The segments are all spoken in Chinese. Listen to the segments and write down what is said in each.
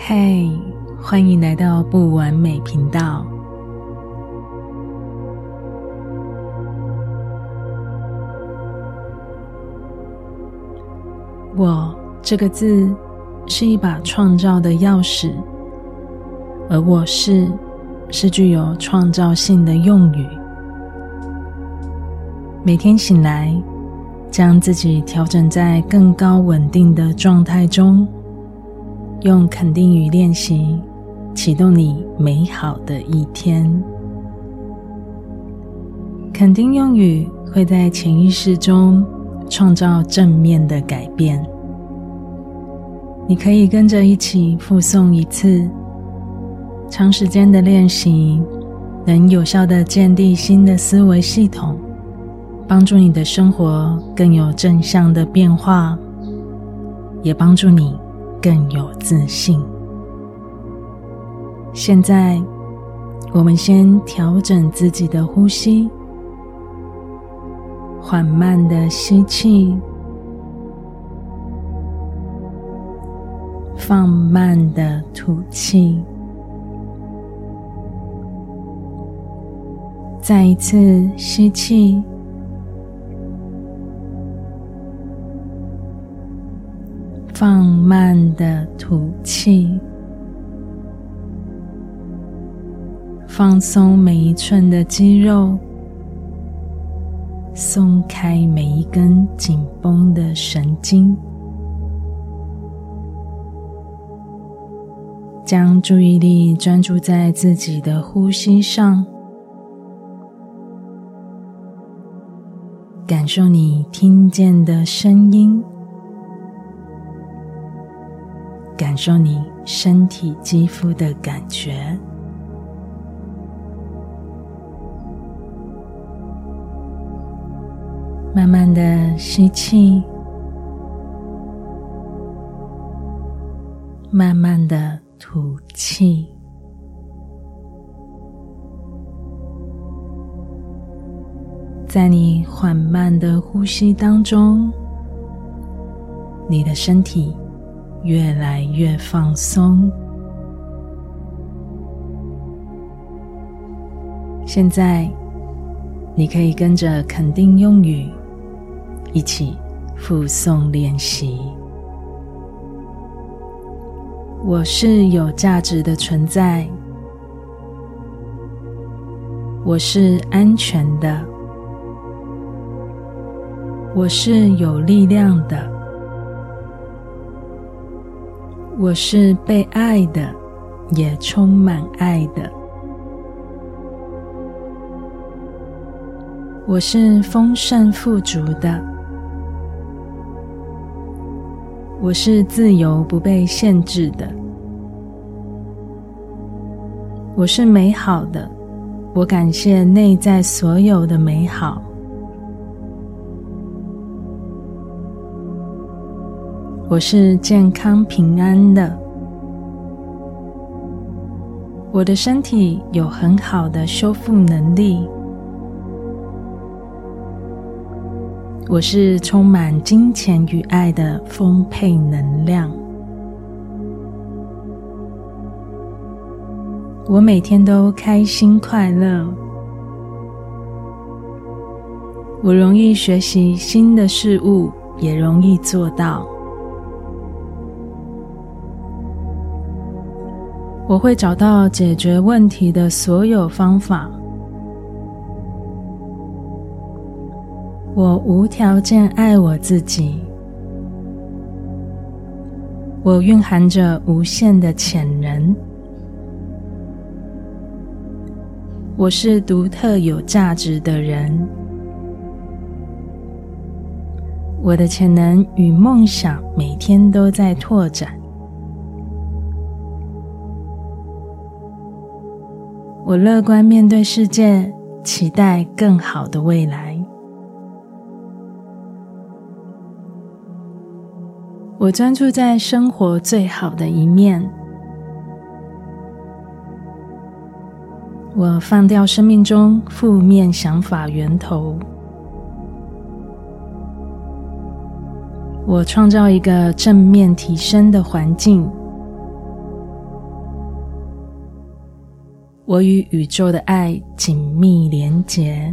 嘿，欢迎来到不完美频道。我这个字是一把创造的钥匙，而我是具有创造性的用语。每天醒来，将自己调整在更高稳定的状态中，用肯定语练习，启动你美好的一天。肯定用语会在潜意识中创造正面的改变。你可以跟着一起复诵一次，长时间的练习能有效地建立新的思维系统，帮助你的生活更有正向的变化，也帮助你更有自信。现在，我们先调整自己的呼吸，缓慢的吸气，放慢的吐气。再一次吸气，放慢的吐气，放松每一寸的肌肉，松开每一根紧绷的神经，将注意力专注在自己的呼吸上，感受你听见的声音，感受你身体肌肤的感觉。慢慢的吸气，慢慢的吐气。在你缓慢的呼吸当中，你的身体越来越放松。现在，你可以跟着肯定用语一起复诵练习。我是有价值的存在，我是安全的，我是有力量的，我是被爱的，也充满爱的，我是丰盛富足的，我是自由不被限制的，我是美好的，我感谢内在所有的美好。我是健康平安的，我的身体有很好的修复能力，我是充满金钱与爱的丰沛能量，我每天都开心快乐，我容易学习新的事物，也容易做到。我会找到解决问题的所有方法。我无条件爱我自己。我蕴含着无限的潜能。我是独特有价值的人。我的潜能与梦想每天都在拓展。我乐观面对世界，期待更好的未来。我专注在生活最好的一面。我放掉生命中负面想法源头。我创造一个正面提升的环境。 我与宇宙的爱紧密连结。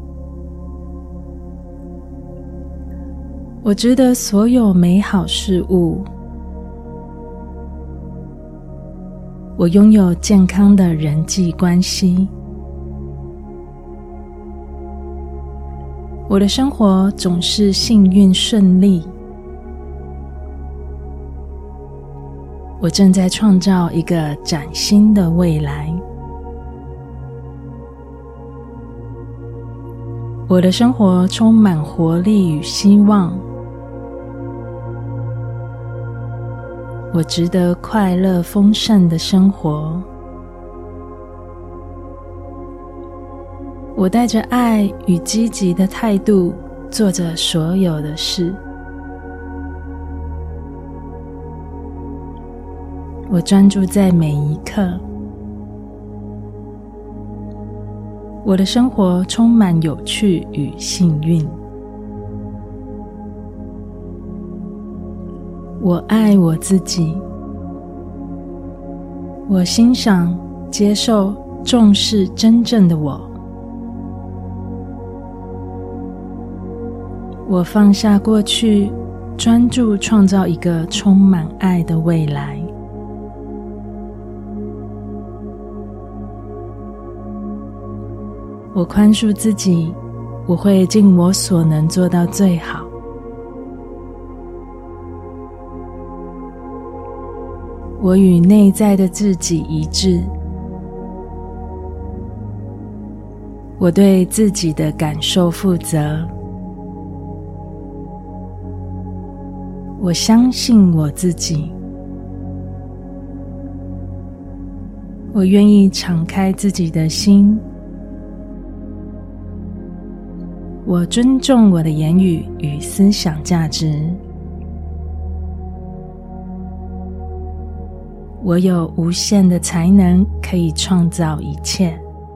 我值得所有美好事物。我拥有健康的人际关系。我的生活总是幸运顺利。我正在创造一个崭新的未来。我的生活充满活力与希望。我值得快乐丰盛的生活。我带着爱与积极的态度做着所有的事。我专注在每一刻。我的生活充满有趣与幸运。我爱我自己。我欣赏、接受、重视真正的我。我放下过去，专注创造一个充满爱的未来。我宽恕自己，我会尽我所能做到最好。我与内在的自己一致。我对自己的感受负责。我相信我自己。我愿意敞开自己的心。我尊重我的言语与思想价值。我有无限的才能，可以创造一切。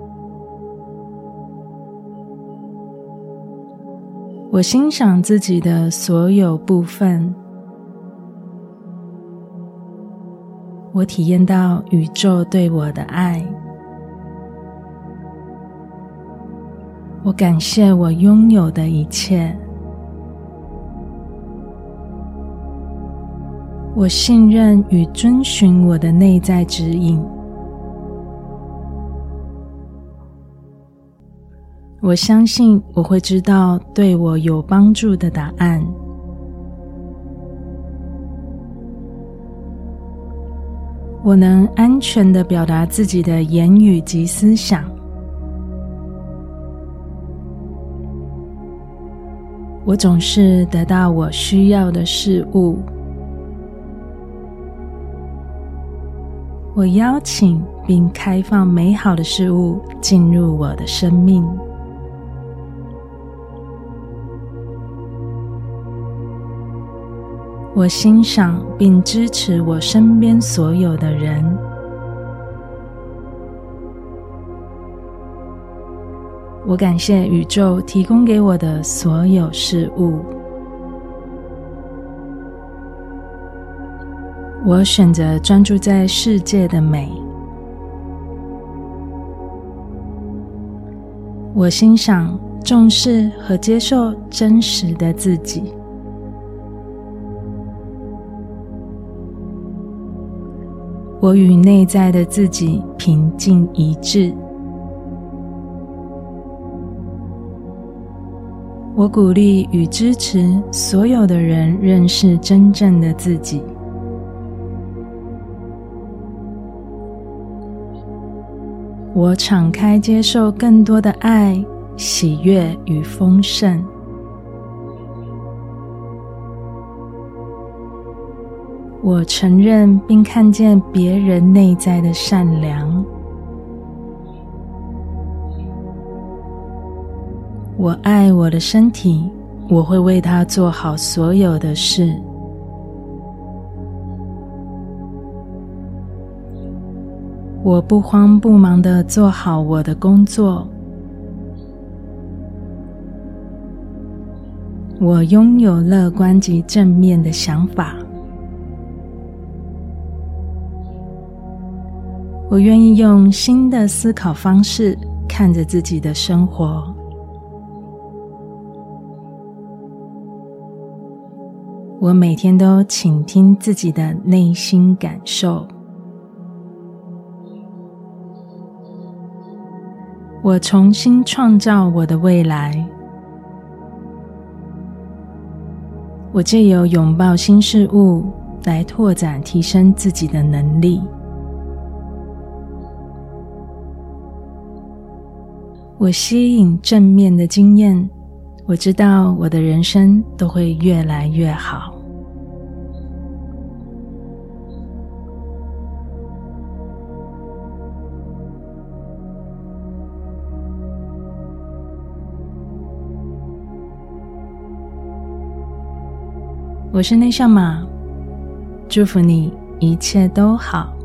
我欣赏自己的所有部分。我体验到宇宙对我的爱。我感谢我拥有的一切。我信任与遵循我的内在指引。我相信我会知道对我有帮助的答案。我能安全地表达自己的言语及思想。我总是得到我需要的事物。我邀请并开放美好的事物进入我的生命。我欣赏并支持我身边所有的人。我感谢宇宙提供给我的所有事物。我选择专注在世界的美。我欣赏、重视和接受真实的自己。我与内在的自己平静一致。我鼓励与支持所有的人认识真正的自己。我敞开接受更多的爱、喜悦与丰盛。我承认并看见别人内在的善良。我爱我的身体，我会为它做好所有的事。我不慌不忙地做好我的工作。我拥有乐观及正面的想法。 我愿意用新的思考方式看着自己的生活。我每天都倾听自己的内心感受。我重新创造我的未来。我藉由拥抱新事物来拓展提升自己的能力。我吸引正面的经验，我知道我的人生都会越来越好。我是内向马，祝福你一切都好。